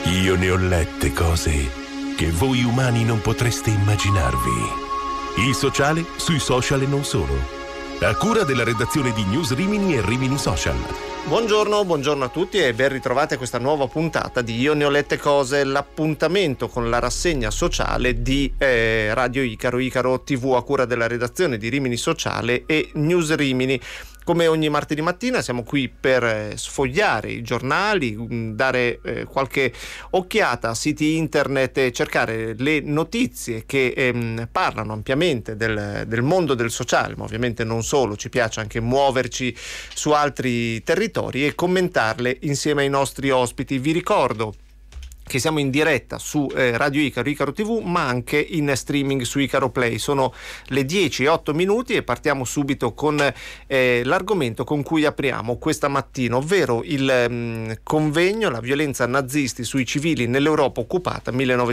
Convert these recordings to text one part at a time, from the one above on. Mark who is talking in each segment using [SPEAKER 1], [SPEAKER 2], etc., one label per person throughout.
[SPEAKER 1] Io ne ho lette cose che voi umani non potreste immaginarvi. Il sociale sui social e non solo. A cura della redazione di News Rimini e Rimini Social.
[SPEAKER 2] Buongiorno a tutti e ben ritrovati a questa nuova puntata di Io ne ho lette cose, l'appuntamento con la rassegna sociale di Radio Icaro TV a cura della redazione di Rimini Sociale e News Rimini. Come ogni martedì mattina siamo qui per sfogliare i giornali, dare qualche occhiata a siti internet e cercare le notizie che parlano ampiamente del mondo del sociale, ma ovviamente non solo, ci piace anche muoverci su altri territori e commentarle insieme ai nostri ospiti. Vi ricordo che siamo in diretta su Radio Icaro TV, ma anche in streaming su Icaro Play. Sono le 10:08 e partiamo subito con l'argomento con cui apriamo questa mattina, ovvero il convegno La violenza nazisti sui civili nell'Europa occupata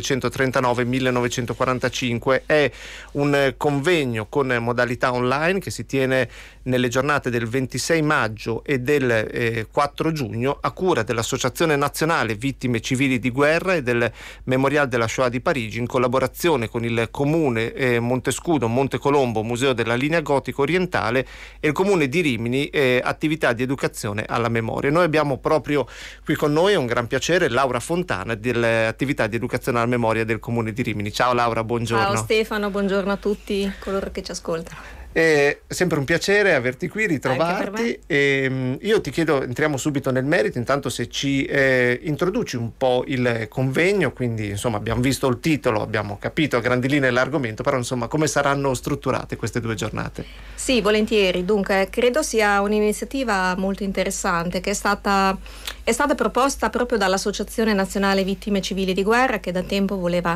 [SPEAKER 2] 1939-1945. È un convegno con modalità online che si tiene nelle giornate del 26 maggio e del 4 giugno a cura dell'Associazione Nazionale Vittime Civili di Guerra e del Memorial della Shoah di Parigi, in collaborazione con il Comune Montescudo, Montecolombo, Museo della Linea Gotica Orientale e il Comune di Rimini, attività di educazione alla memoria. Noi abbiamo proprio qui con noi, è un gran piacere, Laura Fontana delle attività di educazione alla memoria del Comune di Rimini. Ciao Laura, buongiorno.
[SPEAKER 3] Ciao Stefano, buongiorno a tutti coloro che ci ascoltano.
[SPEAKER 2] È sempre un piacere averti qui, ritrovarti. E io ti chiedo, entriamo subito nel merito, intanto se ci introduci un po' il convegno. Quindi insomma abbiamo visto il titolo, abbiamo capito a grandi linee l'argomento, però insomma come saranno strutturate queste due giornate?
[SPEAKER 3] Sì, volentieri. Dunque credo sia un'iniziativa molto interessante che è stata proposta proprio dall'Associazione Nazionale Vittime Civili di Guerra, che da tempo voleva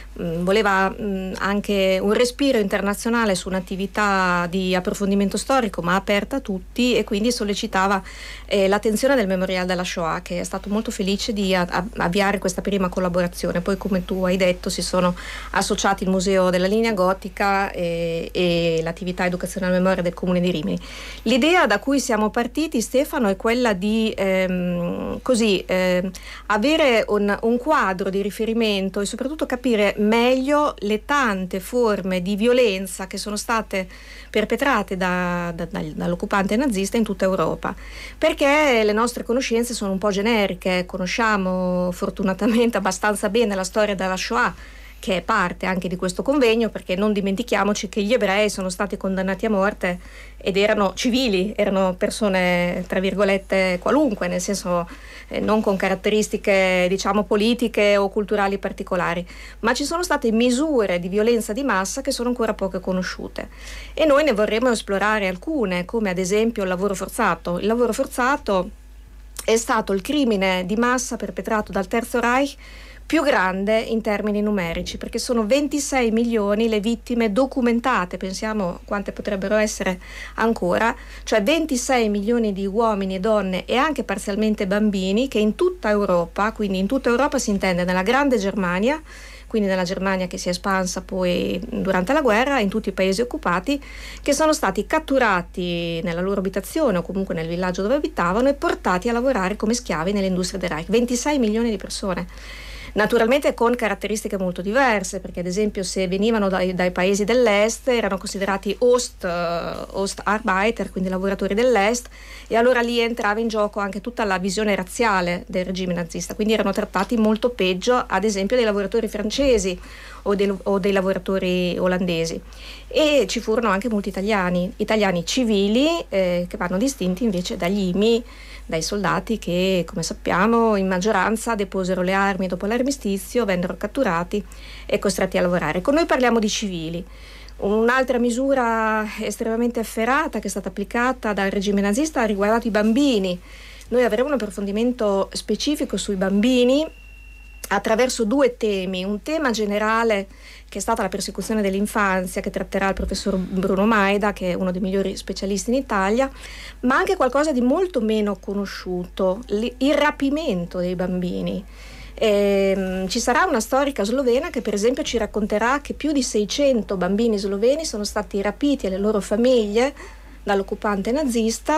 [SPEAKER 3] anche un respiro internazionale su un'attività di approfondimento storico ma aperta a tutti, e quindi sollecitava l'attenzione del Memorial della Shoah, che è stato molto felice di avviare questa prima collaborazione. Poi, come tu hai detto, si sono associati il Museo della Linea Gotica e l'attività educazione alla memoria del Comune di Rimini. L'idea da cui siamo partiti, Stefano, è quella di avere un quadro di riferimento e soprattutto capire meglio le tante forme di violenza che sono state perpetrate dall'occupante nazista in tutta Europa, perché le nostre conoscenze sono un po' generiche. Conosciamo fortunatamente abbastanza bene la storia della Shoah, che è parte anche di questo convegno, perché non dimentichiamoci che gli ebrei sono stati condannati a morte ed erano civili, erano persone tra virgolette qualunque, nel senso non con caratteristiche diciamo politiche o culturali particolari, ma ci sono state misure di violenza di massa che sono ancora poco conosciute e noi ne vorremmo esplorare alcune, come ad esempio il lavoro forzato. Il lavoro forzato è stato il crimine di massa perpetrato dal Terzo Reich più grande in termini numerici, perché sono 26 milioni le vittime documentate. Pensiamo quante potrebbero essere ancora, cioè 26 milioni di uomini e donne e anche parzialmente bambini, che in tutta Europa, quindi in tutta Europa si intende nella grande Germania, quindi nella Germania che si è espansa poi durante la guerra, in tutti i paesi occupati, che sono stati catturati nella loro abitazione o comunque nel villaggio dove abitavano e portati a lavorare come schiavi nelle industrie del Reich. 26 milioni di persone. Naturalmente con caratteristiche molto diverse, perché ad esempio se venivano dai paesi dell'est erano considerati Ostarbeiter, quindi lavoratori dell'est, e allora lì entrava in gioco anche tutta la visione razziale del regime nazista, quindi erano trattati molto peggio ad esempio dei lavoratori francesi o dei lavoratori olandesi. E ci furono anche molti italiani civili che vanno distinti invece dagli IMI, dai soldati che, come sappiamo, in maggioranza deposero le armi dopo l'armistizio, vennero catturati e costretti a lavorare. Con noi parliamo di civili. Un'altra misura estremamente efferata che è stata applicata dal regime nazista ha riguardato i bambini. Noi avremo un approfondimento specifico sui bambini attraverso due temi: un tema generale che è stata la persecuzione dell'infanzia, che tratterà il professor Bruno Maida, che è uno dei migliori specialisti in Italia, ma anche qualcosa di molto meno conosciuto, il rapimento dei bambini. Ci sarà una storica slovena che per esempio ci racconterà che più di 600 bambini sloveni sono stati rapiti alle loro famiglie dall'occupante nazista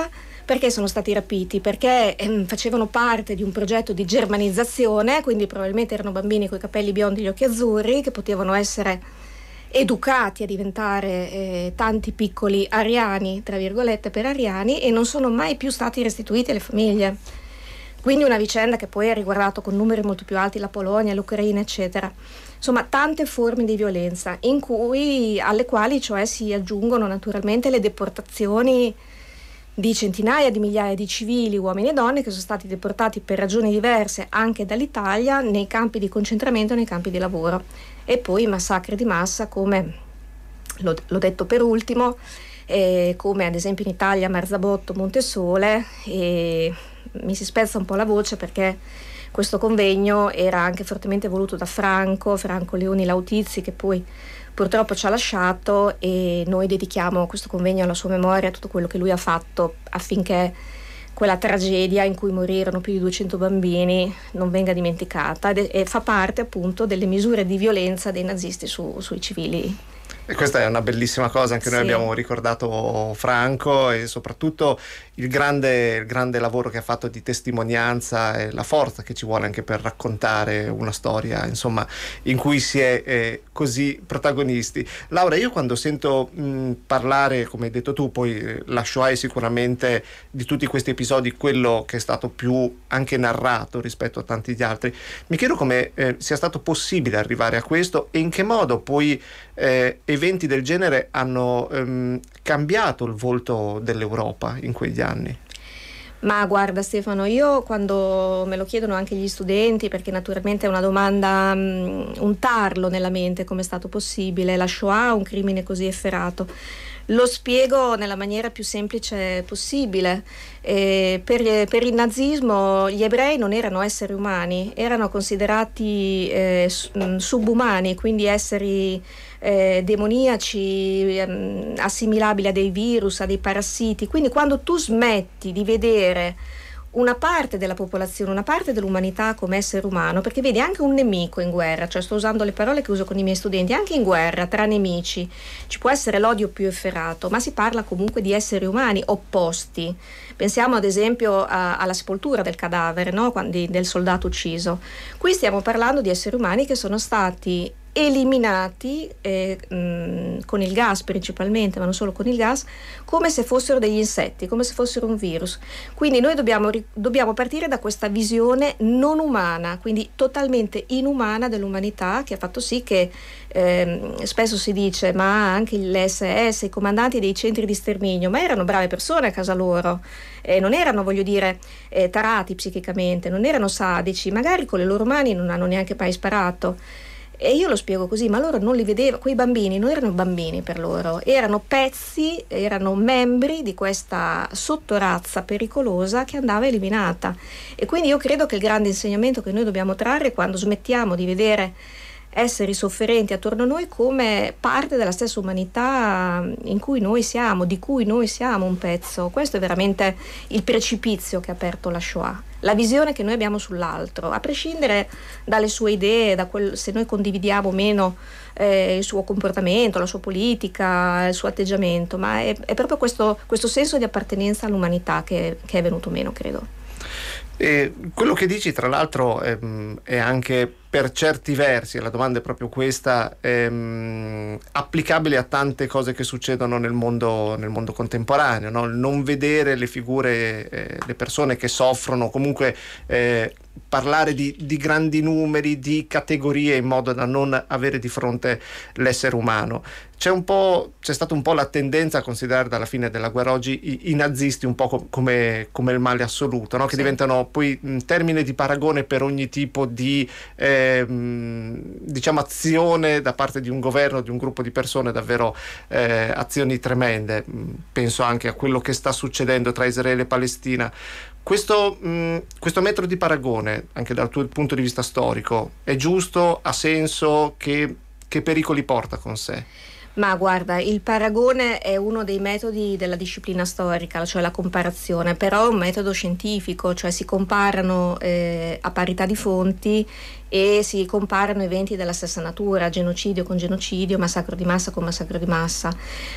[SPEAKER 3] Perché sono stati rapiti? Perché facevano parte di un progetto di germanizzazione, quindi probabilmente erano bambini con i capelli biondi e gli occhi azzurri, che potevano essere educati a diventare tanti piccoli ariani, tra virgolette, per ariani, e non sono mai più stati restituiti alle famiglie. Quindi una vicenda che poi ha riguardato con numeri molto più alti la Polonia, l'Ucraina, eccetera. Insomma, tante forme di violenza alle quali cioè si aggiungono naturalmente le deportazioni di centinaia di migliaia di civili, uomini e donne, che sono stati deportati per ragioni diverse anche dall'Italia nei campi di concentramento e nei campi di lavoro. E poi massacri di massa come, l'ho detto per ultimo, come ad esempio in Italia Marzabotto, Montesole, e mi si spezza un po' la voce perché questo convegno era anche fortemente voluto da Franco Leoni Lautizzi, che poi purtroppo ci ha lasciato, e noi dedichiamo questo convegno alla sua memoria, a tutto quello che lui ha fatto affinché quella tragedia in cui morirono più di 200 bambini non venga dimenticata, e fa parte appunto delle misure di violenza dei nazisti sui civili.
[SPEAKER 2] E questa è una bellissima cosa, anche noi abbiamo ricordato Franco e soprattutto il grande lavoro che ha fatto di testimonianza e la forza che ci vuole anche per raccontare una storia, insomma, in cui si è così protagonisti. Laura, io quando sento parlare, come hai detto tu, poi la Shoah è sicuramente di tutti questi episodi quello che è stato più anche narrato rispetto a tanti di altri, mi chiedo come sia stato possibile arrivare a questo e in che modo poi eventi del genere hanno cambiato il volto dell'Europa in quegli anni.
[SPEAKER 3] Ma guarda Stefano, io quando me lo chiedono anche gli studenti, perché naturalmente è una domanda, un tarlo nella mente, come è stato possibile la Shoah, un crimine così efferato, lo spiego nella maniera più semplice possibile. Per il nazismo gli ebrei non erano esseri umani, erano considerati subumani, quindi esseri demoniaci, assimilabili a dei virus, a dei parassiti. Quindi quando tu smetti di vedere una parte della popolazione, una parte dell'umanità come essere umano, perché vedi anche un nemico in guerra, cioè sto usando le parole che uso con i miei studenti, anche in guerra tra nemici ci può essere l'odio più efferato, ma si parla comunque di esseri umani opposti. Pensiamo ad esempio alla sepoltura del cadavere, no? Del soldato ucciso. Qui stiamo parlando di esseri umani che sono stati eliminati con il gas principalmente, ma non solo con il gas, come se fossero degli insetti, come se fossero un virus. Quindi noi dobbiamo partire da questa visione non umana, quindi totalmente inumana dell'umanità, che ha fatto sì che spesso si dice ma anche le SS, i comandanti dei centri di sterminio, ma erano brave persone a casa loro, non erano, voglio dire, tarati psichicamente, non erano sadici, magari con le loro mani non hanno neanche mai sparato. E io lo spiego così, ma loro non li vedevano, quei bambini non erano bambini per loro, erano pezzi, erano membri di questa sottorazza pericolosa che andava eliminata. E quindi io credo che il grande insegnamento che noi dobbiamo trarre quando smettiamo di vedere esseri sofferenti attorno a noi come parte della stessa umanità in cui noi siamo, di cui noi siamo un pezzo. Questo è veramente il precipizio che ha aperto la Shoah, la visione che noi abbiamo sull'altro, a prescindere dalle sue idee, se noi condividiamo o meno il suo comportamento, la sua politica, il suo atteggiamento, ma è proprio questo senso di appartenenza all'umanità che è venuto meno, credo.
[SPEAKER 2] E quello che dici, tra l'altro, è anche per certi versi, la domanda è proprio questa, applicabile a tante cose che succedono nel mondo contemporaneo, no? Il non vedere le figure, le persone che soffrono, comunque parlare di grandi numeri, di categorie, in modo da non avere di fronte l'essere umano. C'è stata un po' la tendenza a considerare dalla fine della guerra oggi i nazisti un po' come il male assoluto, no? Che diventano poi termine di paragone per ogni tipo di diciamo azione da parte di un governo, di un gruppo di persone, davvero azioni tremende. Penso anche a quello che sta succedendo tra Israele e Palestina. Questo metro di paragone, anche dal tuo punto di vista storico, è giusto? Ha senso? Che pericoli porta con sé?
[SPEAKER 3] Ma guarda, il paragone è uno dei metodi della disciplina storica, cioè la comparazione, però è un metodo scientifico, cioè si comparano a parità di fonti e si comparano eventi della stessa natura, genocidio con genocidio, massacro di massa con massacro di massa.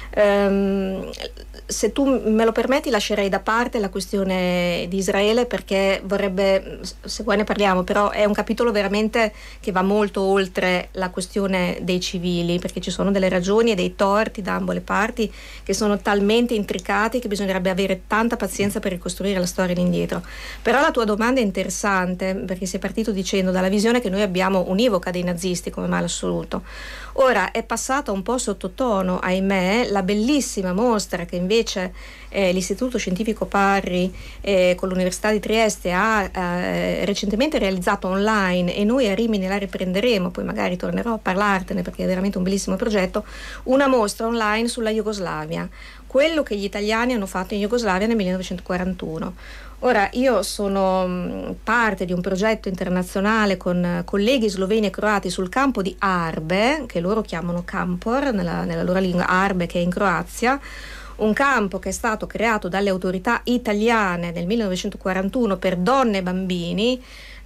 [SPEAKER 3] Se tu me lo permetti, lascerei da parte la questione di Israele, perché vorrebbe, se vuoi ne parliamo, però è un capitolo veramente che va molto oltre la questione dei civili, perché ci sono delle ragioni e dei torti da ambo le parti che sono talmente intricati che bisognerebbe avere tanta pazienza per ricostruire la storia all'indietro. Però la tua domanda è interessante, perché sei partito dicendo dalla visione che noi abbiamo univoca dei nazisti come male assoluto. Ora è passata un po' sottotono, ahimè, la bellissima mostra che invece l'Istituto Scientifico Parri con l'Università di Trieste ha recentemente realizzato online, e noi a Rimini la riprenderemo, poi magari tornerò a parlartene perché è veramente un bellissimo progetto, una mostra online sulla Jugoslavia, quello che gli italiani hanno fatto in Jugoslavia nel 1941. Ora, io sono parte di un progetto internazionale con colleghi sloveni e croati sul campo di Arbe, che loro chiamano Kampor nella loro lingua, Arbe, che è in Croazia, un campo che è stato creato dalle autorità italiane nel 1941 per donne e bambini,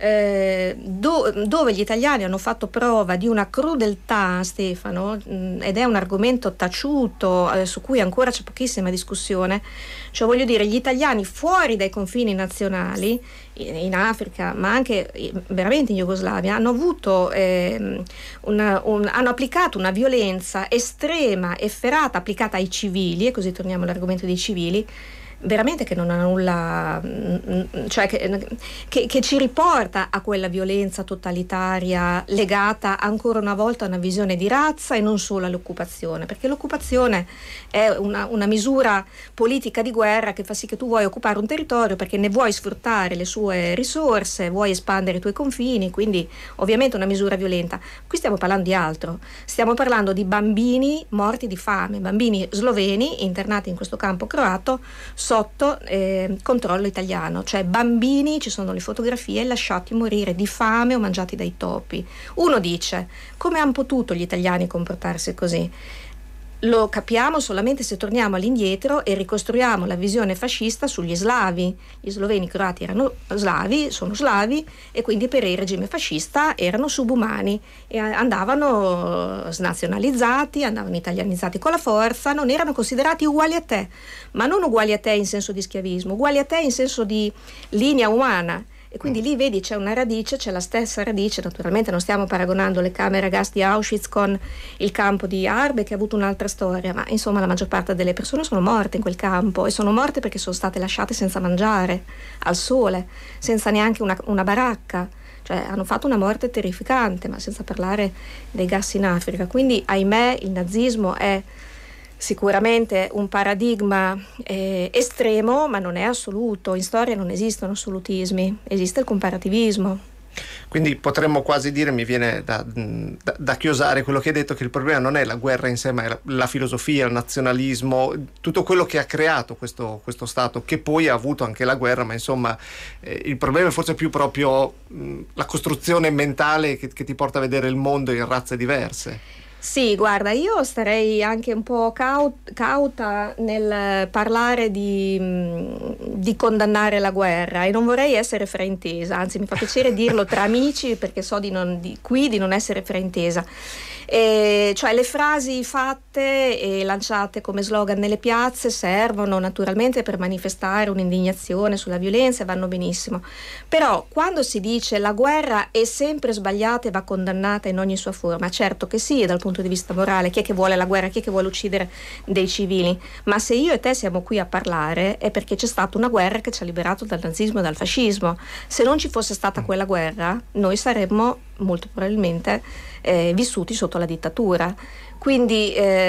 [SPEAKER 3] dove gli italiani hanno fatto prova di una crudeltà, Stefano, ed è un argomento taciuto su cui ancora c'è pochissima discussione. Cioè, voglio dire, gli italiani fuori dai confini nazionali, in Africa, ma anche veramente in Jugoslavia, hanno avuto hanno applicato una violenza estrema, efferata, applicata ai civili, e così torniamo all'argomento dei civili, veramente che non ha nulla, cioè che ci riporta a quella violenza totalitaria legata ancora una volta a una visione di razza e non solo all'occupazione, perché l'occupazione è una misura politica di guerra che fa sì che tu vuoi occupare un territorio perché ne vuoi sfruttare le sue risorse, vuoi espandere i tuoi confini, quindi ovviamente una misura violenta. Qui stiamo parlando di altro, stiamo parlando di bambini morti di fame, bambini sloveni internati in questo campo croato sotto controllo italiano, cioè bambini, ci sono le fotografie, lasciati morire di fame o mangiati dai topi. Uno dice: come hanno potuto gli italiani comportarsi così? Lo capiamo solamente se torniamo all'indietro e ricostruiamo la visione fascista sugli slavi. Gli sloveni croati erano slavi, sono slavi, e quindi per il regime fascista erano subumani e andavano snazionalizzati, andavano italianizzati con la forza, non erano considerati uguali a te, ma non uguali a te in senso di schiavismo, uguali a te in senso di linea umana. E quindi lì vedi c'è una radice, c'è la stessa radice. Naturalmente non stiamo paragonando le camere a gas di Auschwitz con il campo di Arbe, che ha avuto un'altra storia, ma insomma la maggior parte delle persone sono morte in quel campo, e sono morte perché sono state lasciate senza mangiare, al sole, senza neanche una baracca. Cioè hanno fatto una morte terrificante, ma senza parlare dei gas in Africa. Quindi ahimè il nazismo è sicuramente un paradigma estremo, ma non è assoluto. In storia non esistono assolutismi, esiste il comparativismo.
[SPEAKER 2] Quindi potremmo quasi dire, mi viene da chiosare quello che hai detto, che il problema non è la guerra in sé, ma è la filosofia, il nazionalismo, tutto quello che ha creato questo Stato, che poi ha avuto anche la guerra, ma insomma il problema è forse più proprio la costruzione mentale che ti porta a vedere il mondo in razze diverse.
[SPEAKER 3] Sì, guarda, io starei anche un po' cauta nel parlare di condannare la guerra, e non vorrei essere fraintesa, anzi mi fa piacere dirlo tra amici, perché so di non essere fraintesa. Cioè le frasi fatte e lanciate come slogan nelle piazze servono naturalmente per manifestare un'indignazione sulla violenza e vanno benissimo, però quando si dice la guerra è sempre sbagliata e va condannata in ogni sua forma, certo che sì, dal punto di vista morale, chi è che vuole la guerra, chi è che vuole uccidere dei civili, ma se io e te siamo qui a parlare è perché c'è stata una guerra che ci ha liberato dal nazismo e dal fascismo. Se non ci fosse stata quella guerra noi saremmo molto probabilmente vissuti sotto la dittatura. Quindi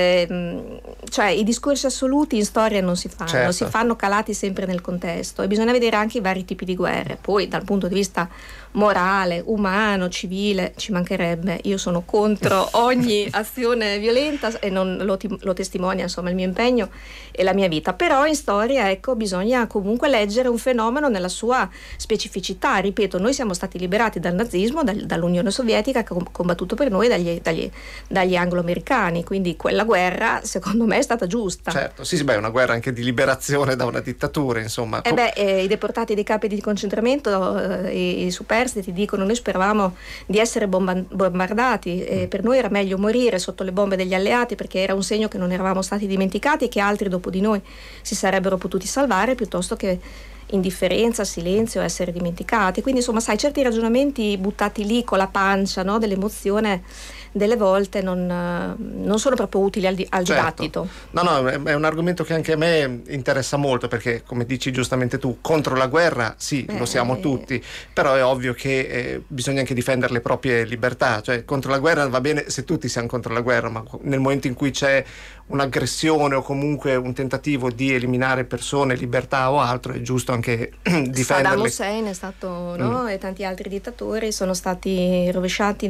[SPEAKER 3] cioè i discorsi assoluti in storia non si fanno, certo. Si fanno calati sempre nel contesto, e bisogna vedere anche i vari tipi di guerre. Poi dal punto di vista morale, umano, civile, ci mancherebbe, io sono contro ogni azione violenta e non lo testimonia insomma il mio impegno e la mia vita, però in storia ecco bisogna comunque leggere un fenomeno nella sua specificità. Ripeto, noi siamo stati liberati dal nazismo, dall'Unione Unione Sovietica che ha combattuto per noi dagli anglo-americani, quindi quella guerra secondo me è stata giusta.
[SPEAKER 2] Certo, sì, è una guerra anche di liberazione da una dittatura, insomma.
[SPEAKER 3] I deportati dei campi di concentramento, i superstiti dicono: noi speravamo di essere bombardati, per noi era meglio morire sotto le bombe degli alleati, perché era un segno che non eravamo stati dimenticati e che altri dopo di noi si sarebbero potuti salvare, piuttosto che indifferenza, silenzio, essere dimenticati. Quindi insomma, sai, certi ragionamenti buttati lì con la pancia, no, dell'emozione, delle volte non sono proprio utili al dibattito.
[SPEAKER 2] No, è un argomento che anche a me interessa molto, perché come dici giustamente tu, contro la guerra sì, lo siamo tutti, però è ovvio che bisogna anche difendere le proprie libertà. Cioè, contro la guerra va bene se tutti siamo contro la guerra, ma nel momento in cui c'è un'aggressione o comunque un tentativo di eliminare persone, libertà o altro, è giusto anche difenderle.
[SPEAKER 3] Saddam Hussein è stato, no? E tanti altri dittatori sono stati rovesciati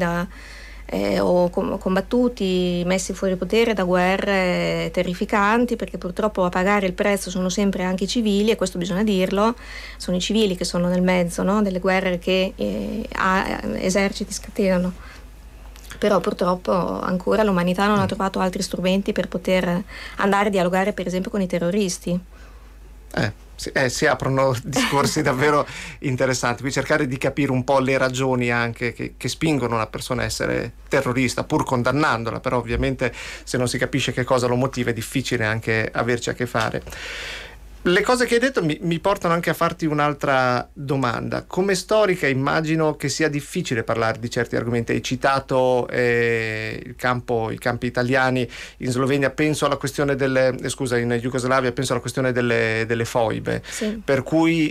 [SPEAKER 3] o combattuti, messi fuori potere da guerre terrificanti, perché purtroppo a pagare il prezzo sono sempre anche i civili, e questo bisogna dirlo, sono i civili che sono nel mezzo, no? Delle guerre che eserciti scatenano. Però purtroppo ancora l'umanità non ha trovato altri strumenti per poter andare a dialogare, per esempio, con i terroristi.
[SPEAKER 2] Si aprono discorsi davvero interessanti, qui cercare di capire un po' le ragioni anche che spingono una persona a essere terrorista, pur condannandola, però ovviamente se non si capisce che cosa lo motiva è difficile anche averci a che fare. Le cose che hai detto mi portano anche a farti un'altra domanda. Come storica immagino che sia difficile parlare di certi argomenti. Hai citato i campi italiani in Slovenia, penso alla questione in Jugoslavia, penso alla questione delle foibe,
[SPEAKER 3] sì.
[SPEAKER 2] Per cui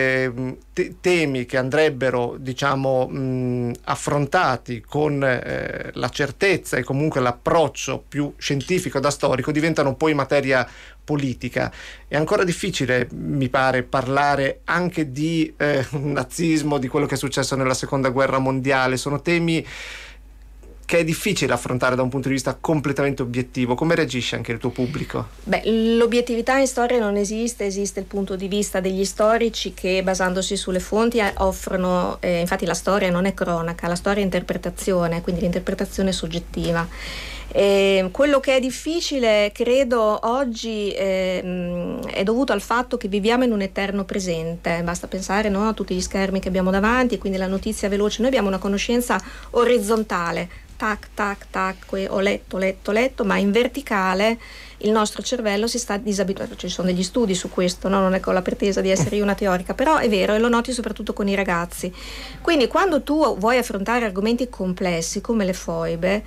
[SPEAKER 2] temi che andrebbero, diciamo, affrontati con la certezza e comunque l'approccio più scientifico da storico diventano poi materia politica. È ancora difficile, mi pare, parlare anche di nazismo, di quello che è successo nella seconda guerra mondiale. Sono temi che è difficile affrontare da un punto di vista completamente obiettivo. Come reagisce anche il tuo pubblico?
[SPEAKER 3] L'obiettività in storia non esiste il punto di vista degli storici che, basandosi sulle fonti, offrono, infatti la storia non è cronaca, la storia è interpretazione, quindi l'interpretazione soggettiva. Quello che è difficile, credo, oggi è dovuto al fatto che viviamo in un eterno presente. Basta pensare, no, a tutti gli schermi che abbiamo davanti, quindi la notizia veloce. Noi abbiamo una conoscenza orizzontale, tac, tac, tac, ho letto, ma in verticale il nostro cervello si sta disabituando. Ci sono degli studi su questo, no? Non è con la pretesa di essere io una teorica, però è vero, e lo noti soprattutto con i ragazzi. Quindi quando tu vuoi affrontare argomenti complessi come le foibe,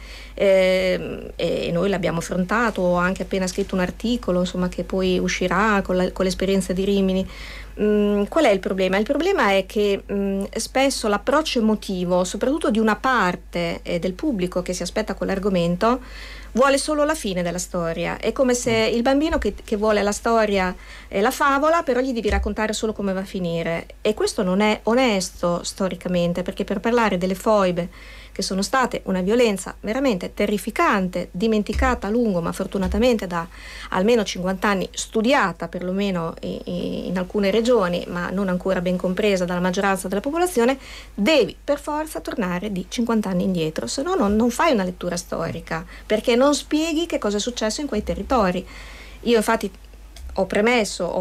[SPEAKER 3] e noi l'abbiamo affrontato, ho anche appena scritto un articolo, insomma, che poi uscirà con l'esperienza di Rimini. Qual è il problema? Il problema è che spesso l'approccio emotivo, soprattutto di una parte del pubblico che si aspetta quell'argomento, vuole solo la fine della storia. È come se il bambino che vuole la storia e la favola, però gli devi raccontare solo come va a finire, e questo non è onesto storicamente, perché per parlare delle foibe, che sono state una violenza veramente terrificante, dimenticata a lungo, ma fortunatamente da almeno 50 anni studiata, perlomeno in alcune regioni, ma non ancora ben compresa dalla maggioranza della popolazione, devi per forza tornare di 50 anni indietro, se no non fai una lettura storica, perché non spieghi che cosa è successo in quei territori. Io infatti ho premesso, ho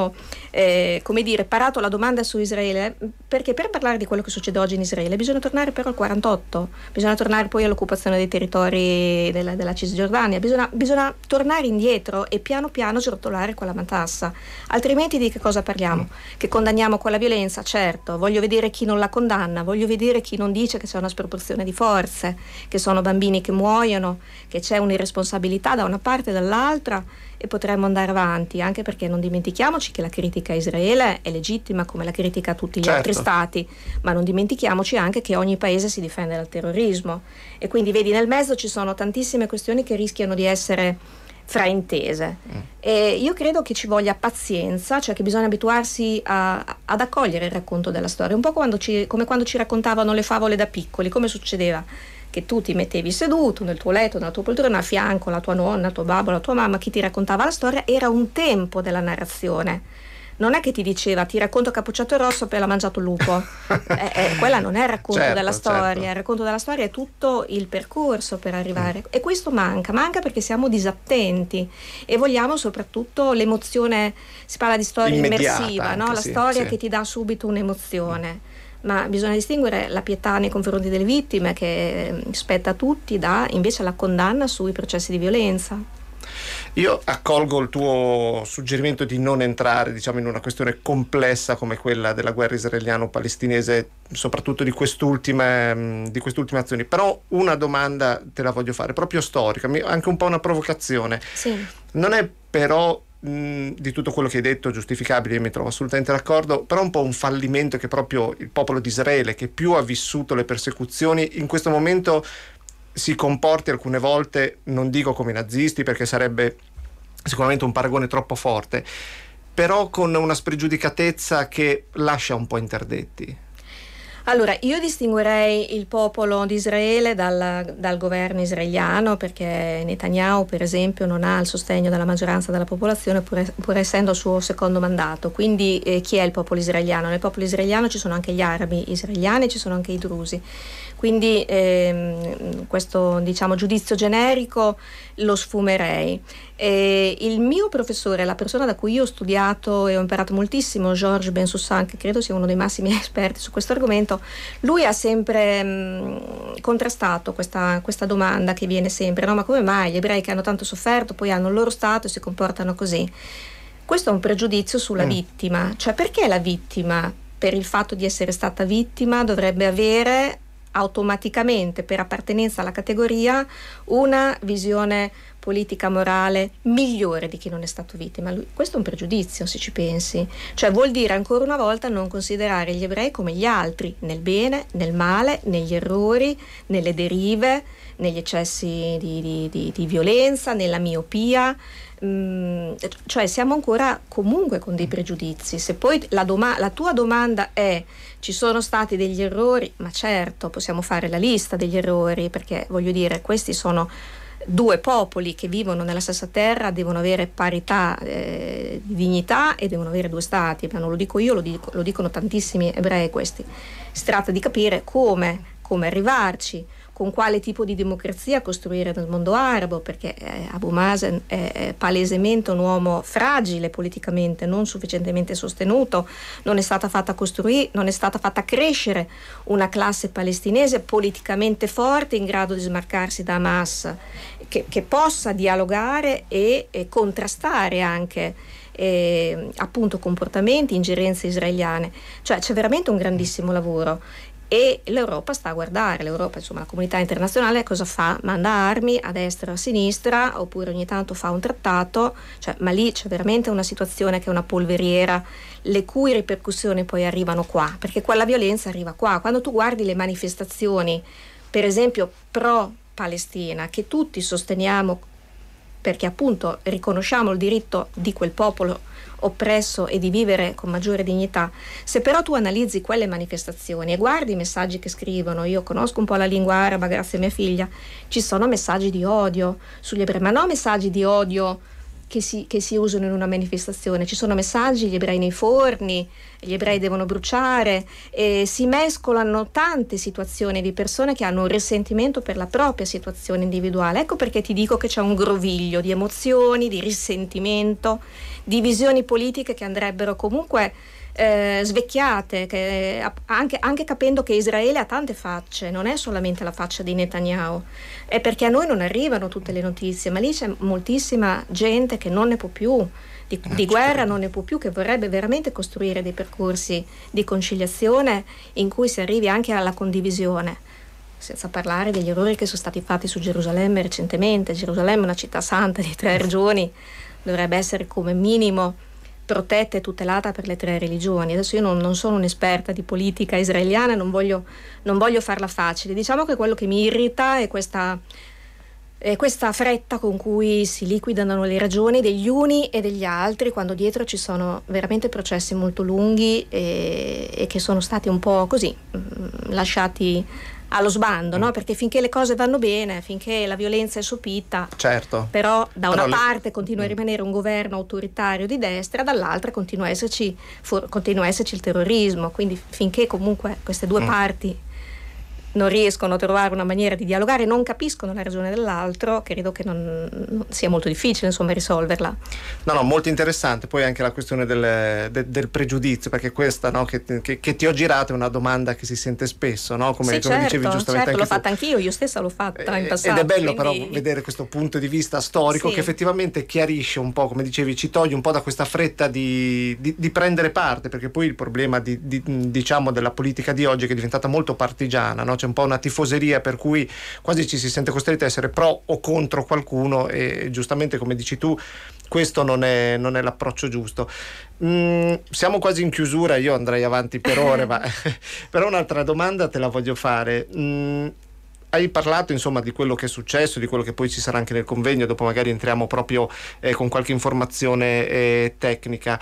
[SPEAKER 3] parato la domanda su Israele, perché per parlare di quello che succede oggi in Israele bisogna tornare però al 48, bisogna tornare poi all'occupazione dei territori della Cisgiordania, bisogna tornare indietro e piano piano srotolare quella matassa, altrimenti di che cosa parliamo? Che condanniamo quella violenza? Certo, voglio vedere chi non la condanna, voglio vedere chi non dice che c'è una sproporzione di forze, che sono bambini che muoiono, che c'è un'irresponsabilità da una parte e dall'altra, e potremmo andare avanti, anche perché non dimentichiamoci che la critica a Israele è legittima come la critica a tutti gli altri stati, ma non dimentichiamoci anche che ogni paese si difende dal terrorismo, e quindi vedi, nel mezzo ci sono tantissime questioni che rischiano di essere fraintese. E io credo che ci voglia pazienza, cioè che bisogna abituarsi ad accogliere il racconto della storia, un po' come quando ci raccontavano le favole da piccoli. Come succedeva? Che tu ti mettevi seduto nel tuo letto, nella tua poltrona, a fianco la tua nonna, il tuo babbo, la tua mamma, chi ti raccontava la storia, era un tempo della narrazione. non è che ti diceva ti racconto Cappuccetto Rosso poi l'ha mangiato il lupo. Quella non è il racconto della storia, certo. Il racconto della storia è tutto il percorso per arrivare, e questo manca perché siamo disattenti e vogliamo soprattutto l'emozione. Si parla di storia immersiva, no? La storia che ti dà subito un'emozione, ma bisogna distinguere la pietà nei confronti delle vittime, che spetta a tutti, da invece la condanna sui processi di violenza.
[SPEAKER 2] Io accolgo il tuo suggerimento di non entrare, diciamo, in una questione complessa come quella della guerra israeliano-palestinese, soprattutto di quest'ultime azioni. Però una domanda te la voglio fare, proprio storica, anche un po' una provocazione.
[SPEAKER 3] Sì.
[SPEAKER 2] Non è però di tutto quello che hai detto giustificabile, io mi trovo assolutamente d'accordo, però un po' un fallimento che proprio il popolo di Israele, che più ha vissuto le persecuzioni, in questo momento si comporti alcune volte, non dico come i nazisti perché sarebbe sicuramente un paragone troppo forte, però con una spregiudicatezza che lascia un po' interdetti.
[SPEAKER 3] Allora, io distinguerei il popolo di Israele dal governo israeliano, perché Netanyahu, per esempio, non ha il sostegno della maggioranza della popolazione, pur essendo il suo secondo mandato. Quindi chi è il popolo israeliano? Nel popolo israeliano ci sono anche gli arabi israeliani, ci sono anche i drusi. Quindi questo, diciamo, giudizio generico lo sfumerei. Il mio professore, la persona da cui io ho studiato e ho imparato moltissimo, Georges Bensoussan, che credo sia uno dei massimi esperti su questo argomento, lui ha sempre contrastato questa domanda che viene sempre, no? Ma come mai gli ebrei che hanno tanto sofferto poi hanno il loro stato e si comportano così? Questo è un pregiudizio sulla vittima, cioè perché la vittima, per il fatto di essere stata vittima, dovrebbe avere automaticamente, per appartenenza alla categoria, una visione politica morale migliore di chi non è stato vittima. Questo è un pregiudizio, se ci pensi, cioè vuol dire ancora una volta non considerare gli ebrei come gli altri, nel bene, nel male, negli errori, nelle derive, negli eccessi di violenza, nella miopia. Cioè siamo ancora comunque con dei pregiudizi. Se poi la tua domanda è: ci sono stati degli errori? Ma certo, possiamo fare la lista degli errori, perché voglio dire, questi sono due popoli che vivono nella stessa terra, devono avere parità di dignità e devono avere due stati. Ma non lo dico io, lo dicono tantissimi ebrei questi. Si tratta di capire come arrivarci, con quale tipo di democrazia costruire nel mondo arabo, perché Abu Mazen è palesemente un uomo fragile politicamente, non sufficientemente sostenuto, non è stata fatta crescere una classe palestinese politicamente forte, in grado di smarcarsi da Hamas, che possa dialogare e contrastare anche appunto comportamenti, ingerenze israeliane. Cioè c'è veramente un grandissimo lavoro. E l'Europa sta a guardare, insomma la comunità internazionale cosa fa? Manda armi a destra e a sinistra, oppure ogni tanto fa un trattato, ma lì c'è veramente una situazione che è una polveriera, le cui ripercussioni poi arrivano qua, perché quella violenza arriva qua. Quando tu guardi le manifestazioni, per esempio pro Palestina, che tutti sosteniamo perché appunto riconosciamo il diritto di quel popolo oppresso e di vivere con maggiore dignità, se però tu analizzi quelle manifestazioni e guardi i messaggi che scrivono, io conosco un po' la lingua araba grazie a mia figlia, ci sono messaggi di odio sugli ebrei, ma non messaggi di odio che si usano in una manifestazione, ci sono messaggi: gli ebrei nei forni, gli ebrei devono bruciare, e si mescolano tante situazioni di persone che hanno un risentimento per la propria situazione individuale. Ecco perché ti dico che c'è un groviglio di emozioni, di risentimento, di visioni politiche che andrebbero comunque svecchiate, che anche capendo che Israele ha tante facce, non è solamente la faccia di Netanyahu, è perché a noi non arrivano tutte le notizie, ma lì c'è moltissima gente che non ne può più di guerra, non ne può più, che vorrebbe veramente costruire dei percorsi di conciliazione in cui si arrivi anche alla condivisione, senza parlare degli errori che sono stati fatti su Gerusalemme recentemente. Gerusalemme è una città santa di 3 regioni, dovrebbe essere come minimo protetta e tutelata per le 3 religioni. Adesso io non sono un'esperta di politica israeliana, non voglio farla facile. Diciamo che quello che mi irrita è questa fretta con cui si liquidano le ragioni degli uni e degli altri, quando dietro ci sono veramente processi molto lunghi e che sono stati un po' così lasciati allo sbando, no? Perché finché le cose vanno bene, finché la violenza è sopita,
[SPEAKER 2] certo,
[SPEAKER 3] però da una parte continua a rimanere un governo autoritario di destra, dall'altra continua a esserci il terrorismo, quindi finché comunque queste due parti non riescono a trovare una maniera di dialogare, non capiscono la ragione dell'altro, credo che non sia molto difficile, insomma, risolverla.
[SPEAKER 2] No, molto interessante. Poi anche la questione del pregiudizio, perché questa, no, che ti ho girato è una domanda che si sente spesso, no? Come dicevi giustamente,
[SPEAKER 3] l'ho fatta anch'io, io stessa l'ho fatta in passato.
[SPEAKER 2] Ed è bello però vedere questo punto di vista storico, che effettivamente chiarisce un po', come dicevi, ci toglie un po' da questa fretta di prendere parte, perché poi il problema diciamo della politica di oggi è che è diventata molto partigiana, no? C'è un po' una tifoseria per cui quasi ci si sente costretti a essere pro o contro qualcuno, e giustamente, come dici tu, questo non è l'approccio giusto. Siamo quasi in chiusura, io andrei avanti per ore, ma però un'altra domanda te la voglio fare. Hai parlato insomma di quello che è successo, di quello che poi ci sarà anche nel convegno, dopo magari entriamo proprio con qualche informazione tecnica.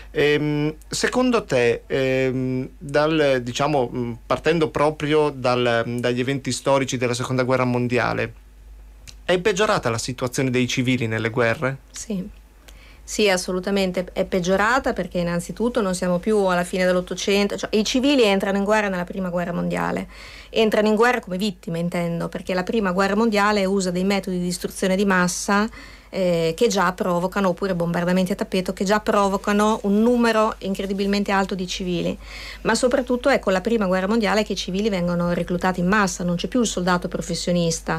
[SPEAKER 2] Secondo te, diciamo, partendo proprio dagli eventi storici della Seconda Guerra Mondiale, è peggiorata la situazione dei civili nelle guerre?
[SPEAKER 3] Sì, assolutamente è peggiorata, perché innanzitutto non siamo più alla fine dell'Ottocento, cioè i civili entrano in guerra nella Prima Guerra Mondiale, entrano in guerra come vittime, intendo, perché la Prima Guerra Mondiale usa dei metodi di distruzione di massa che già provocano, oppure bombardamenti a tappeto, che già provocano un numero incredibilmente alto di civili, ma soprattutto è con la Prima Guerra Mondiale che i civili vengono reclutati in massa, non c'è più il soldato professionista.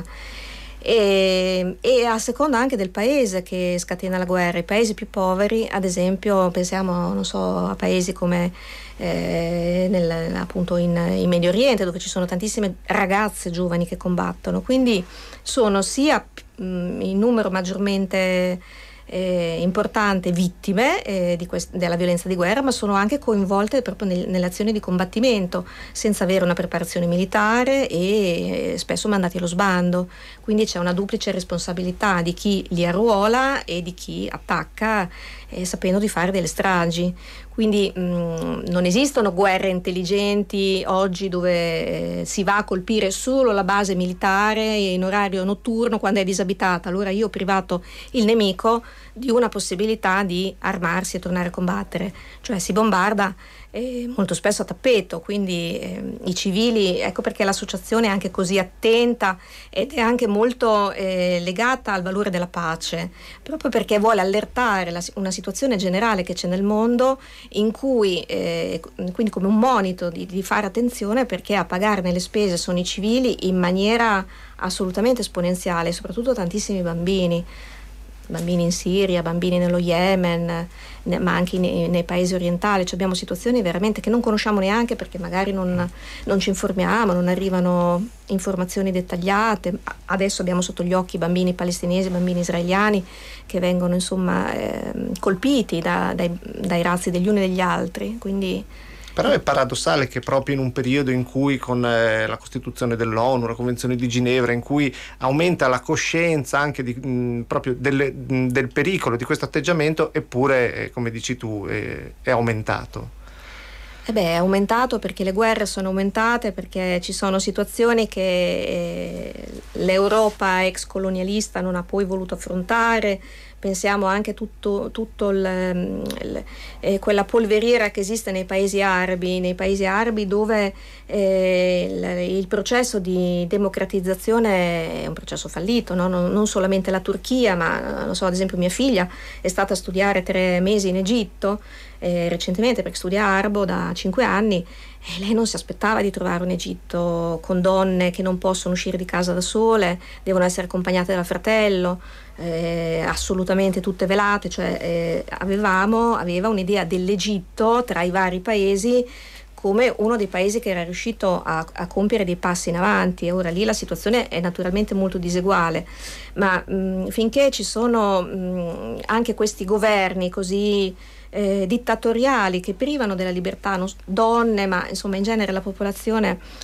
[SPEAKER 3] E a seconda anche del paese che scatena la guerra. I paesi più poveri, ad esempio, pensiamo, non so, a paesi come appunto in Medio Oriente, dove ci sono tantissime ragazze giovani che combattono, quindi sono sia in numero maggiormente importante vittime della violenza di guerra, ma sono anche coinvolte proprio nelle azioni di combattimento senza avere una preparazione militare e spesso mandati allo sbando, quindi c'è una duplice responsabilità di chi li arruola e di chi attacca sapendo di fare delle stragi. Quindi non esistono guerre intelligenti oggi dove si va a colpire solo la base militare in orario notturno quando è disabitata. Allora io ho privato il nemico di una possibilità di armarsi e tornare a combattere. Cioè si bombarda molto spesso a tappeto, quindi i civili, ecco perché l'associazione è anche così attenta ed è anche molto legata al valore della pace, proprio perché vuole allertare una situazione generale che c'è nel mondo, in cui quindi come un monito di fare attenzione, perché a pagarne le spese sono i civili in maniera assolutamente esponenziale, soprattutto tantissimi bambini in Siria, bambini nello Yemen, ma anche nei paesi orientali. Cioè abbiamo situazioni veramente che non conosciamo neanche, perché magari non ci informiamo, non arrivano informazioni dettagliate. Adesso abbiamo sotto gli occhi bambini palestinesi, bambini israeliani che vengono insomma colpiti dai razzi degli uni e degli altri, quindi.
[SPEAKER 2] Però è paradossale che proprio in un periodo in cui con la Costituzione dell'ONU, la Convenzione di Ginevra, in cui aumenta la coscienza anche proprio del pericolo di questo atteggiamento, eppure, come dici tu, è aumentato.
[SPEAKER 3] È aumentato perché le guerre sono aumentate, perché ci sono situazioni che l'Europa ex colonialista non ha poi voluto affrontare. Pensiamo anche a tutto quella polveriera che esiste nei paesi arabi dove il processo di democratizzazione è un processo fallito, no? Non solamente la Turchia, ma non so, ad esempio mia figlia è stata a studiare 3 mesi in Egitto recentemente, perché studia arabo da 5 anni, e lei non si aspettava di trovare un Egitto con donne che non possono uscire di casa da sole, devono essere accompagnate dal fratello, assolutamente tutte velate, cioè aveva un'idea dell'Egitto tra i vari paesi come uno dei paesi che era riuscito a compiere dei passi in avanti. E ora lì la situazione è naturalmente molto diseguale, ma finché ci sono anche questi governi così dittatoriali che privano della libertà donne, ma insomma in genere la popolazione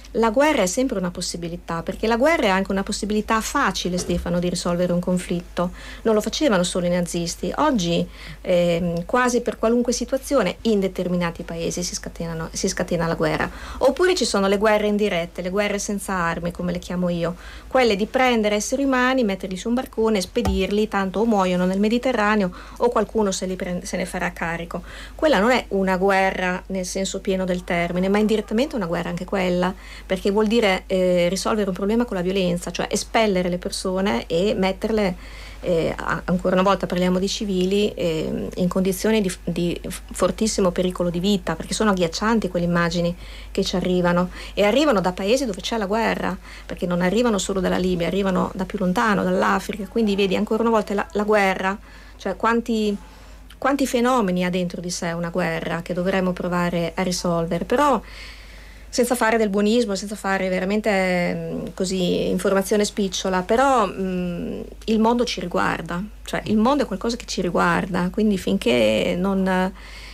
[SPEAKER 3] la guerra è sempre una possibilità, perché la guerra è anche una possibilità facile, Stefano, di risolvere un conflitto. Non lo facevano solo i nazisti. Oggi quasi per qualunque situazione in determinati paesi si scatena la guerra. Oppure ci sono le guerre indirette, le guerre senza armi, come le chiamo io, quelle di prendere esseri umani, metterli su un barcone e spedirli, tanto o muoiono nel Mediterraneo o qualcuno se ne farà carico. Quella non è una guerra nel senso pieno del termine, ma indirettamente una guerra anche quella, perché vuol dire risolvere un problema con la violenza, cioè espellere le persone e metterle, ancora una volta parliamo di civili, in condizioni di fortissimo pericolo di vita, perché sono agghiaccianti quelle immagini che ci arrivano, e arrivano da paesi dove c'è la guerra, perché non arrivano solo dalla Libia, arrivano da più lontano, dall'Africa. Quindi vedi ancora una volta la guerra, cioè quanti fenomeni ha dentro di sé una guerra che dovremmo provare a risolvere, però senza fare del buonismo, senza fare veramente così informazione spicciola, però il mondo ci riguarda, cioè il mondo è qualcosa che ci riguarda, quindi finché non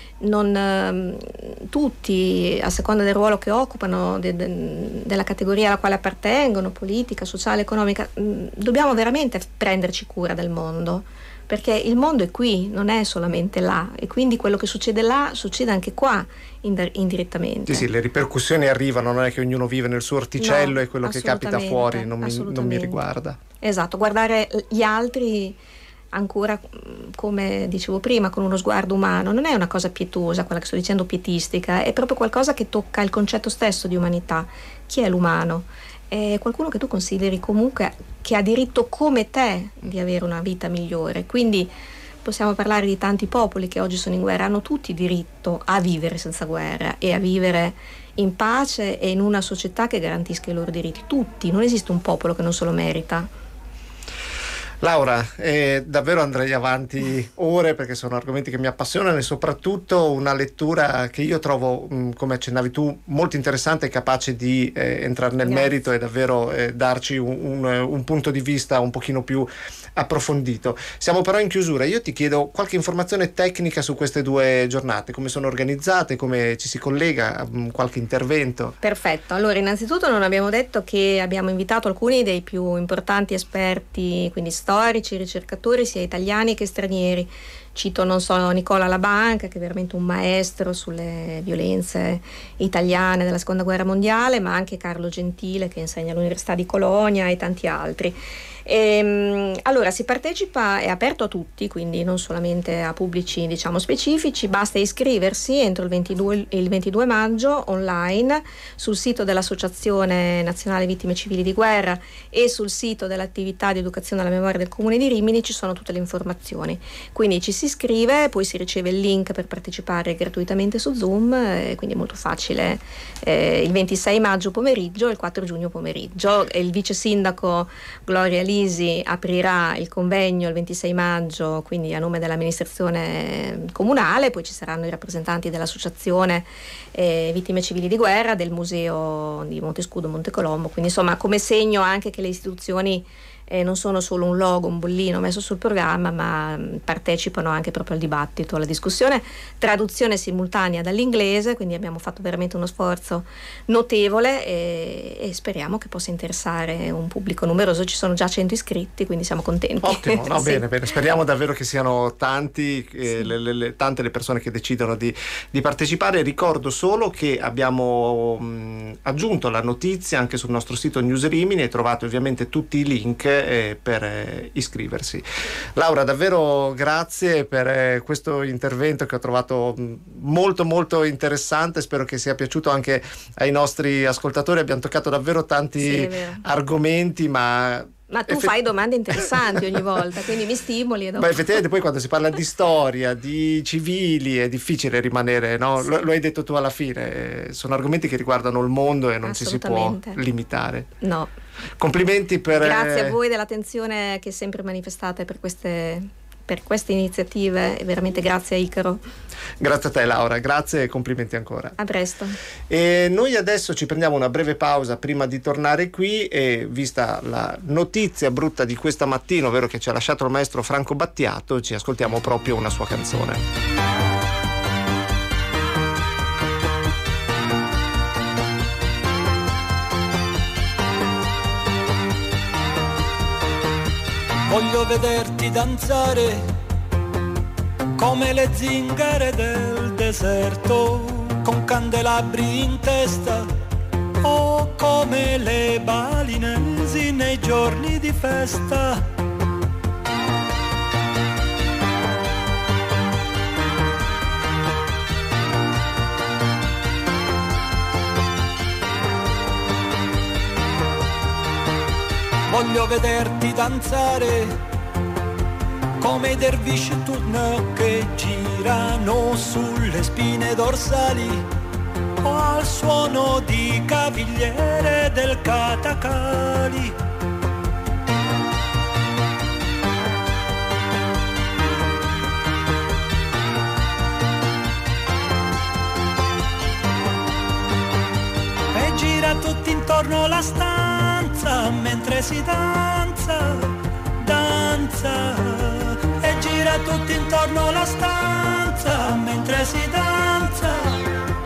[SPEAKER 3] tutti, a seconda del ruolo che occupano, della categoria alla quale appartengono, politica, sociale, economica, dobbiamo veramente prenderci cura del mondo, perché il mondo è qui, non è solamente là, e quindi quello che succede là succede anche qua indirettamente.
[SPEAKER 2] Sì, le ripercussioni arrivano, non è che ognuno vive nel suo orticello e quello che capita fuori non mi riguarda.
[SPEAKER 3] Esatto, guardare gli altri ancora, come dicevo prima, con uno sguardo umano, non è una cosa pietosa, quella che sto dicendo pietistica, è proprio qualcosa che tocca il concetto stesso di umanità. Chi è l'umano? È qualcuno che tu consideri comunque che ha diritto come te di avere una vita migliore. Quindi possiamo parlare di tanti popoli che oggi sono in guerra, hanno tutti diritto a vivere senza guerra e a vivere in pace e in una società che garantisca i loro diritti. Tutti, non esiste un popolo che non se lo merita.
[SPEAKER 2] Laura, davvero andrei avanti ore perché sono argomenti che mi appassionano, e soprattutto una lettura che io trovo, come accennavi tu, molto interessante e capace di entrare nel merito e davvero darci un punto di vista un pochino più approfondito. Siamo però in chiusura. Io ti chiedo qualche informazione tecnica su queste due giornate, come sono organizzate, come ci si collega, qualche intervento.
[SPEAKER 3] Perfetto, allora innanzitutto non abbiamo detto che abbiamo invitato alcuni dei più importanti esperti, quindi storici, ricercatori sia italiani che stranieri. Cito, non so, Nicola Labanca, che è veramente un maestro sulle violenze italiane della seconda guerra mondiale, ma anche Carlo Gentile, che insegna all'Università di Colonia, e tanti altri. Allora, si partecipa, è aperto a tutti, quindi non solamente a pubblici, diciamo, specifici. Basta iscriversi entro il 22 maggio online sul sito dell'Associazione Nazionale Vittime Civili di Guerra e sul sito dell'attività di educazione alla memoria del Comune di Rimini. Ci sono tutte le informazioni, quindi ci si iscrive, poi si riceve il link per partecipare gratuitamente su Zoom, quindi è molto facile. Il 26 maggio pomeriggio e il 4 giugno pomeriggio, e il vice sindaco Gloria Lisi aprirà il convegno il 26 maggio, quindi a nome dell'amministrazione comunale. Poi ci saranno i rappresentanti dell'associazione Vittime Civili di Guerra, del museo di Montescudo, Montecolombo, quindi insomma come segno anche che le istituzioni non sono solo un logo, un bollino messo sul programma, ma partecipano anche proprio al dibattito, alla discussione. Traduzione simultanea dall'inglese, quindi abbiamo fatto veramente uno sforzo notevole e speriamo che possa interessare un pubblico numeroso. Ci sono già 100 iscritti, quindi siamo contenti.
[SPEAKER 2] Ottimo, no,
[SPEAKER 3] sì.
[SPEAKER 2] bene, speriamo davvero che siano tanti,
[SPEAKER 3] sì.
[SPEAKER 2] Tante le persone che decidono di partecipare. Ricordo solo che abbiamo aggiunto la notizia anche sul nostro sito News Rimini, e trovate ovviamente tutti i link per iscriversi. Laura, davvero grazie per questo intervento che ho trovato molto molto interessante. Spero che sia piaciuto anche ai nostri ascoltatori. Abbiamo toccato davvero tanti argomenti, ma
[SPEAKER 3] tu fai domande interessanti ogni volta, quindi mi stimoli.
[SPEAKER 2] Beh, effettivamente poi quando si parla di storia, di civili, è difficile rimanere, no? Sì. Lo hai detto tu alla fine, sono argomenti che riguardano il mondo e non ci si può limitare.
[SPEAKER 3] No.
[SPEAKER 2] Complimenti per...
[SPEAKER 3] Grazie a voi dell'attenzione che sempre manifestate per queste iniziative, e veramente grazie a Icaro.
[SPEAKER 2] Grazie a te Laura, grazie e complimenti ancora.
[SPEAKER 3] A presto.
[SPEAKER 2] E noi adesso ci prendiamo una breve pausa prima di tornare qui, e vista la notizia brutta di questa mattina, ovvero che ci ha lasciato il maestro Franco Battiato, ci ascoltiamo proprio una sua canzone.
[SPEAKER 4] Voglio vederti danzare come le zingare del deserto, con candelabri in testa o come le balinesi nei giorni di festa. Voglio vederti danzare come i dervisci turno che girano sulle spine dorsali o al suono di cavigliere del Katakali. E gira tutti intorno la stanza mentre si danza, danza, e gira tutti intorno la stanza mentre si danza.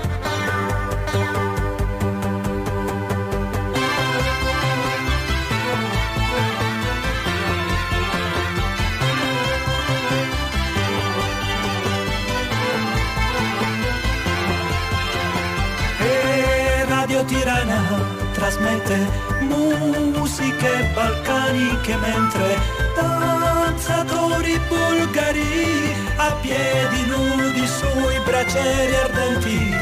[SPEAKER 4] E Radio Tirana trasmette musiche balcaniche mentre danzatori bulgari a piedi nudi sui bracieri ardenti.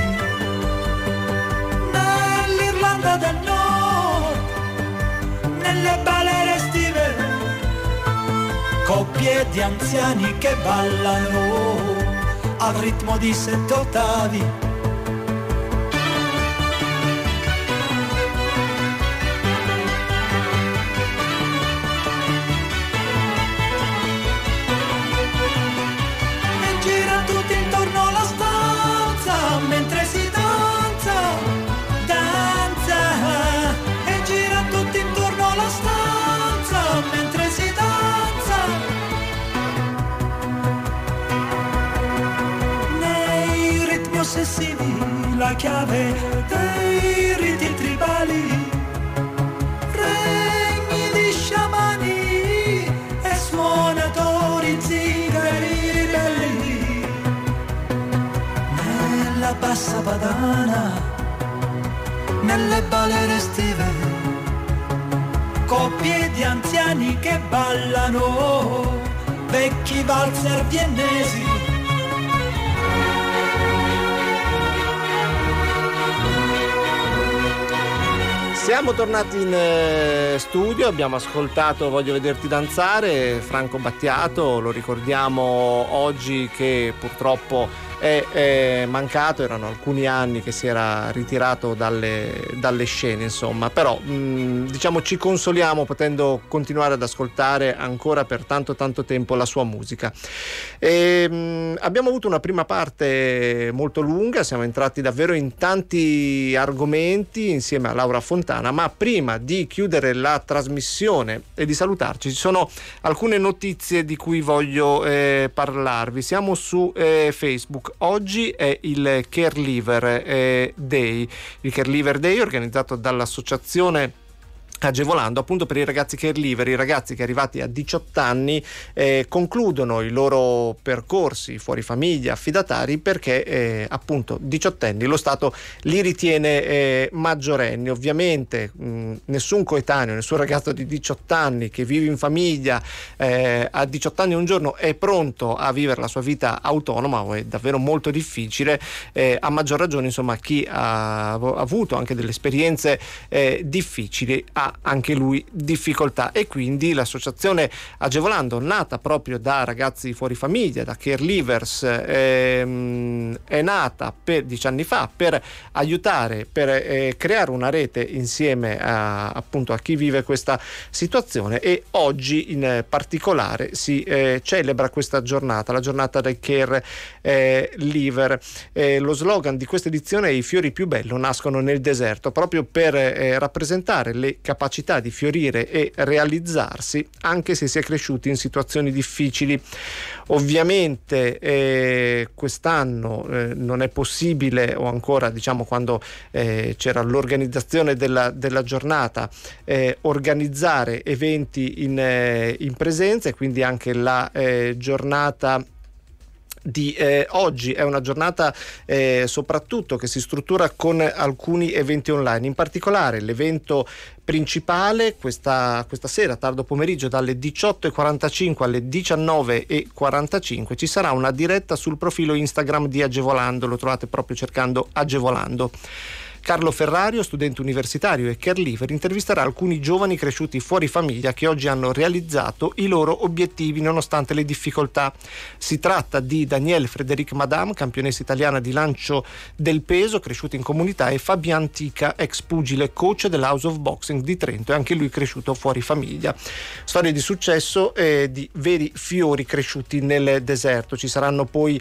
[SPEAKER 4] Nell'Irlanda del Nord, nelle balere estive, coppie di anziani che ballano al ritmo di 7 ottavi. La chiave dei riti tribali, regni di sciamani e suonatori zingari ribelli. Nella bassa padana, nelle balere estive, coppie di anziani che ballano, vecchi valzer viennesi.
[SPEAKER 2] Siamo tornati in studio, abbiamo ascoltato Voglio vederti danzare, Franco Battiato, lo ricordiamo oggi che purtroppo è mancato, erano alcuni anni che si era ritirato dalle scene, insomma, però diciamo ci consoliamo potendo continuare ad ascoltare ancora per tanto tempo la sua musica. Abbiamo avuto una prima parte molto lunga, siamo entrati davvero in tanti argomenti insieme a Laura Fontana, ma prima di chiudere la trasmissione e di salutarci ci sono alcune notizie di cui voglio parlarvi. Siamo su Facebook. Oggi è il Care Leaver Day, il Care Leaver Day organizzato dall'associazione Agevolando, appunto per i ragazzi care leaver, i ragazzi che arrivati a 18 anni concludono i loro percorsi fuori famiglia, affidatari, perché appunto diciottenni, lo Stato li ritiene maggiorenni. Ovviamente nessun coetaneo, nessun ragazzo di 18 anni che vive in famiglia a 18 anni un giorno è pronto a vivere la sua vita autonoma, o è davvero molto difficile, a maggior ragione insomma chi ha avuto anche delle esperienze difficili ha anche lui difficoltà, e quindi l'associazione Agevolando, nata proprio da ragazzi fuori famiglia, da care leavers, è nata 10 anni fa per aiutare, per creare una rete insieme appunto a chi vive questa situazione, e oggi in particolare si celebra questa giornata, la giornata del care leaver. Lo slogan di questa edizione è: i fiori più belli nascono nel deserto, proprio per rappresentare le capacità capacità di fiorire e realizzarsi anche se si è cresciuti in situazioni difficili. Ovviamente quest'anno non è possibile, o ancora quando c'era l'organizzazione della giornata, organizzare eventi in presenza, e quindi anche la giornata di oggi è una giornata soprattutto che si struttura con alcuni eventi online. In particolare l'evento principale questa sera, tardo pomeriggio, dalle 18:45 alle 19:45 ci sarà una diretta sul profilo Instagram di Agevolando, lo trovate proprio cercando Agevolando. Carlo Ferrario, studente universitario e caregiver, intervisterà alcuni giovani cresciuti fuori famiglia che oggi hanno realizzato i loro obiettivi nonostante le difficoltà. Si tratta di Danielle Frédéric Madame, campionessa italiana di lancio del peso, cresciuta in comunità, e Fabian Tica, ex pugile, coach dell'House of Boxing di Trento, e anche lui cresciuto fuori famiglia. Storie di successo di veri fiori cresciuti nel deserto. Ci saranno poi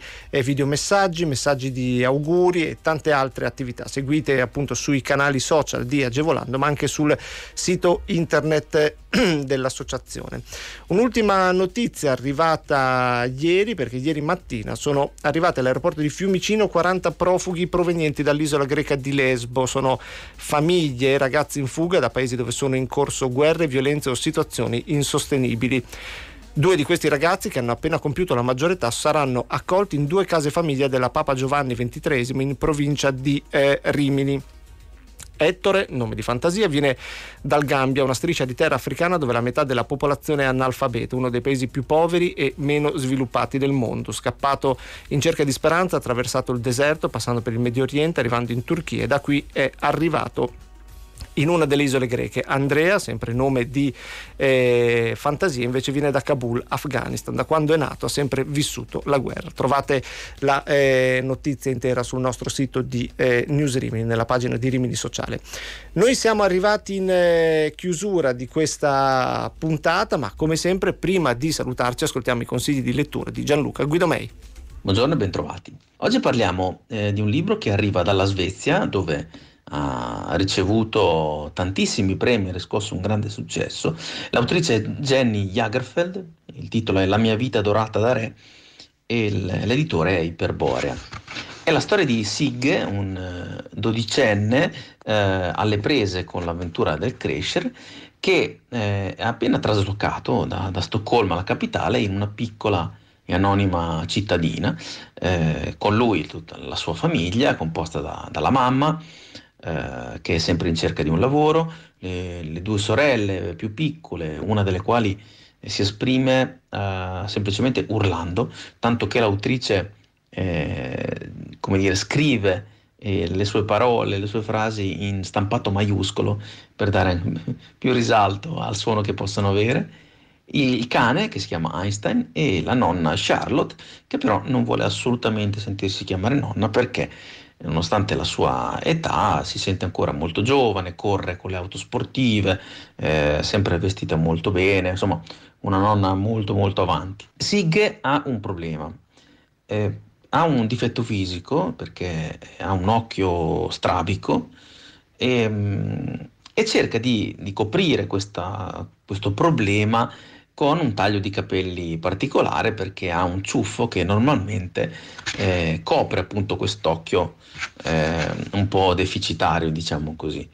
[SPEAKER 2] messaggi di auguri e tante altre attività. Seguite appunto sui canali social di Agevolando, ma anche sul sito internet dell'associazione. Un'ultima notizia arrivata ieri, perché ieri mattina sono arrivate all'aeroporto di Fiumicino 40 profughi provenienti dall'isola greca di Lesbo. Sono famiglie e ragazzi in fuga da paesi dove sono in corso guerre, violenze o situazioni insostenibili. 2 di questi ragazzi, che hanno appena compiuto la maggiore età, saranno accolti in 2 case famiglia della Papa Giovanni XXIII in provincia di Rimini. Ettore, nome di fantasia, viene dal Gambia, una striscia di terra africana dove la metà della popolazione è analfabeta, uno dei paesi più poveri e meno sviluppati del mondo. Scappato in cerca di speranza, ha attraversato il deserto, passando per il Medio Oriente, arrivando in Turchia, e da qui è arrivato in una delle isole greche. Andrea, sempre nome di fantasia, invece viene da Kabul, Afghanistan. Da quando è nato ha sempre vissuto la guerra. Trovate la notizia intera sul nostro sito di News Rimini, nella pagina di Rimini Sociale. Noi siamo arrivati in chiusura di questa puntata, ma come sempre prima di salutarci ascoltiamo i consigli di lettura di Gianluca Guidomei.
[SPEAKER 5] Buongiorno e bentrovati. Oggi parliamo di un libro che arriva dalla Svezia, dove ha ricevuto tantissimi premi e riscosso un grande successo. L'autrice è Jenny Jagerfeld, il titolo è La mia vita dorata da re e l'editore è Iperborea. È la storia di Sigge, un dodicenne alle prese con l'avventura del crescere, che è appena traslocato da Stoccolma, la capitale, in una piccola e anonima cittadina, con lui tutta la sua famiglia, composta dalla mamma, che è sempre in cerca di un lavoro, le 2 sorelle più piccole, una delle quali si esprime semplicemente urlando, tanto che l'autrice scrive le sue parole, le sue frasi in stampato maiuscolo per dare più risalto al suono che possono avere. Il cane, che si chiama Einstein, e la nonna Charlotte, che però non vuole assolutamente sentirsi chiamare nonna, perché nonostante la sua età si sente ancora molto giovane, corre con le auto sportive, sempre vestita molto bene, insomma una nonna molto molto avanti. Sigge ha un problema, ha un difetto fisico perché ha un occhio strabico e cerca di coprire questo problema con un taglio di capelli particolare, perché ha un ciuffo che normalmente copre appunto quest'occhio un po' deficitario, diciamo così.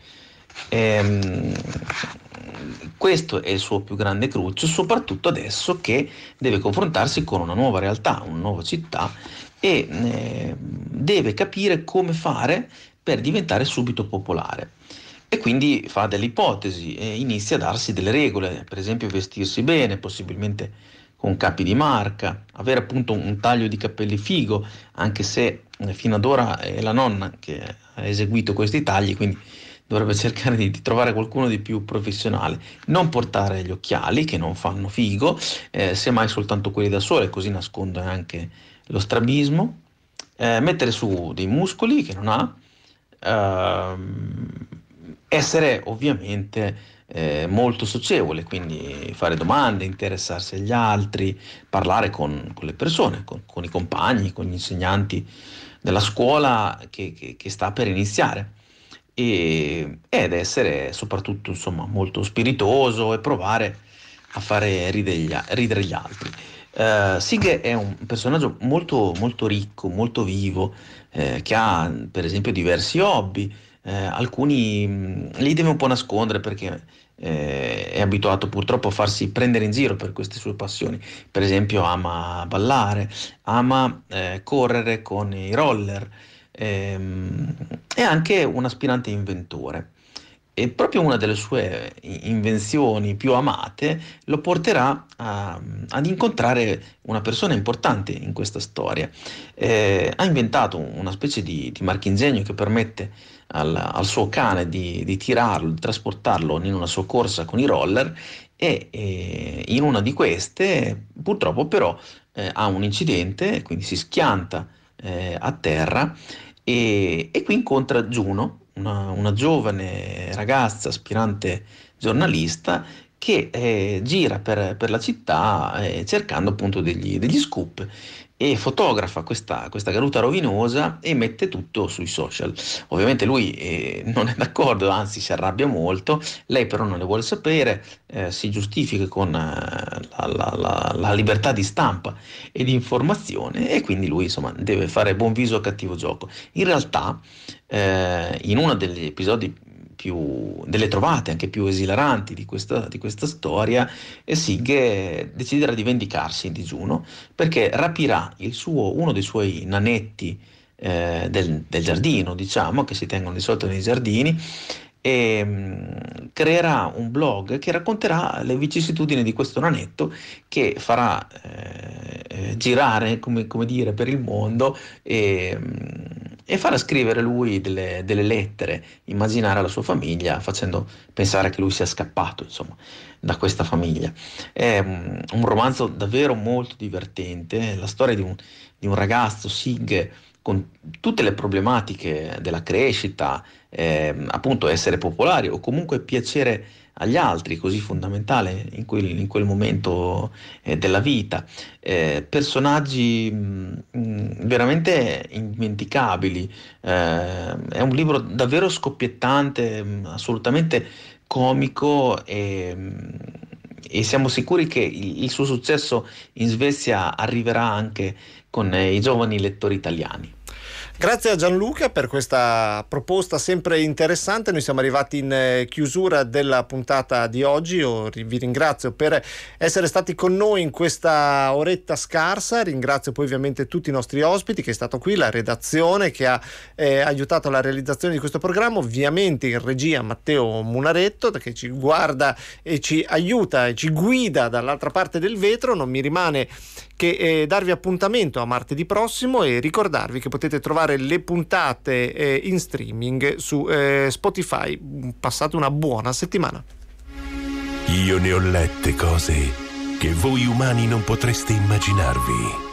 [SPEAKER 5] Questo è il suo più grande cruccio, soprattutto adesso che deve confrontarsi con una nuova realtà, una nuova città, e deve capire come fare per diventare subito popolare. E quindi fa delle ipotesi e inizia a darsi delle regole, per esempio vestirsi bene, possibilmente con capi di marca, avere appunto un taglio di capelli figo, anche se fino ad ora è la nonna che ha eseguito questi tagli, quindi dovrebbe cercare di trovare qualcuno di più professionale. Non portare gli occhiali, che non fanno figo, semmai soltanto quelli da sole, così nasconde anche lo strabismo, mettere su dei muscoli che non ha, essere ovviamente molto socievole, quindi fare domande, interessarsi agli altri, parlare con le persone, con i compagni, con gli insegnanti della scuola che sta per iniziare. ed essere soprattutto, insomma, molto spiritoso e provare a fare ridere gli altri. Sig è un personaggio molto, molto ricco, molto vivo, che ha per esempio diversi hobby. Alcuni li deve un po' nascondere perché è abituato purtroppo a farsi prendere in giro per queste sue passioni. Per esempio ama ballare, ama correre con i roller, è anche un aspirante inventore. E proprio una delle sue invenzioni più amate lo porterà ad incontrare una persona importante in questa storia. Ha inventato una specie di marchingegno che permette al suo cane di tirarlo, di trasportarlo in una sua corsa con i roller, e in una di queste purtroppo però ha un incidente, quindi si schianta a terra, e qui incontra Juno, una giovane ragazza aspirante giornalista che gira per la città cercando appunto degli scoop, e fotografa questa caduta rovinosa e mette tutto sui social. Ovviamente lui non è d'accordo, anzi si arrabbia molto, lei però non ne vuole sapere, si giustifica con la libertà di stampa e di informazione, e quindi lui, insomma, deve fare buon viso a cattivo gioco. In realtà in uno degli episodi delle trovate anche più esilaranti di questa storia, Sig deciderà di vendicarsi di Juno, perché rapirà uno dei suoi nanetti del giardino, diciamo, che si tengono di solito nei giardini, e creerà un blog che racconterà le vicissitudini di questo nanetto, che farà girare, come dire, per il mondo, e farà scrivere lui delle lettere, immaginare la sua famiglia, facendo pensare che lui sia scappato, insomma, da questa famiglia. È un romanzo davvero molto divertente, la storia di un ragazzo, Sig, con tutte le problematiche della crescita, appunto essere popolari o comunque piacere agli altri, così fondamentale in quel momento della vita. Personaggi veramente indimenticabili. È un libro davvero scoppiettante, assolutamente comico, e siamo sicuri che il suo successo in Svezia arriverà anche con i giovani lettori italiani.
[SPEAKER 2] Grazie a Gianluca per questa proposta sempre interessante. Noi siamo arrivati in chiusura della puntata di oggi. Io vi ringrazio per essere stati con noi in questa oretta scarsa. Ringrazio poi ovviamente tutti i nostri ospiti, che è stato qui, la redazione che ha aiutato alla realizzazione di questo programma, ovviamente in regia Matteo Munaretto, che ci guarda e ci aiuta e ci guida dall'altra parte del vetro. Non mi rimane che darvi appuntamento a martedì prossimo e ricordarvi che potete trovare le puntate in streaming su Spotify. Passate una buona settimana.
[SPEAKER 1] Io ne ho lette cose che voi umani non potreste immaginarvi.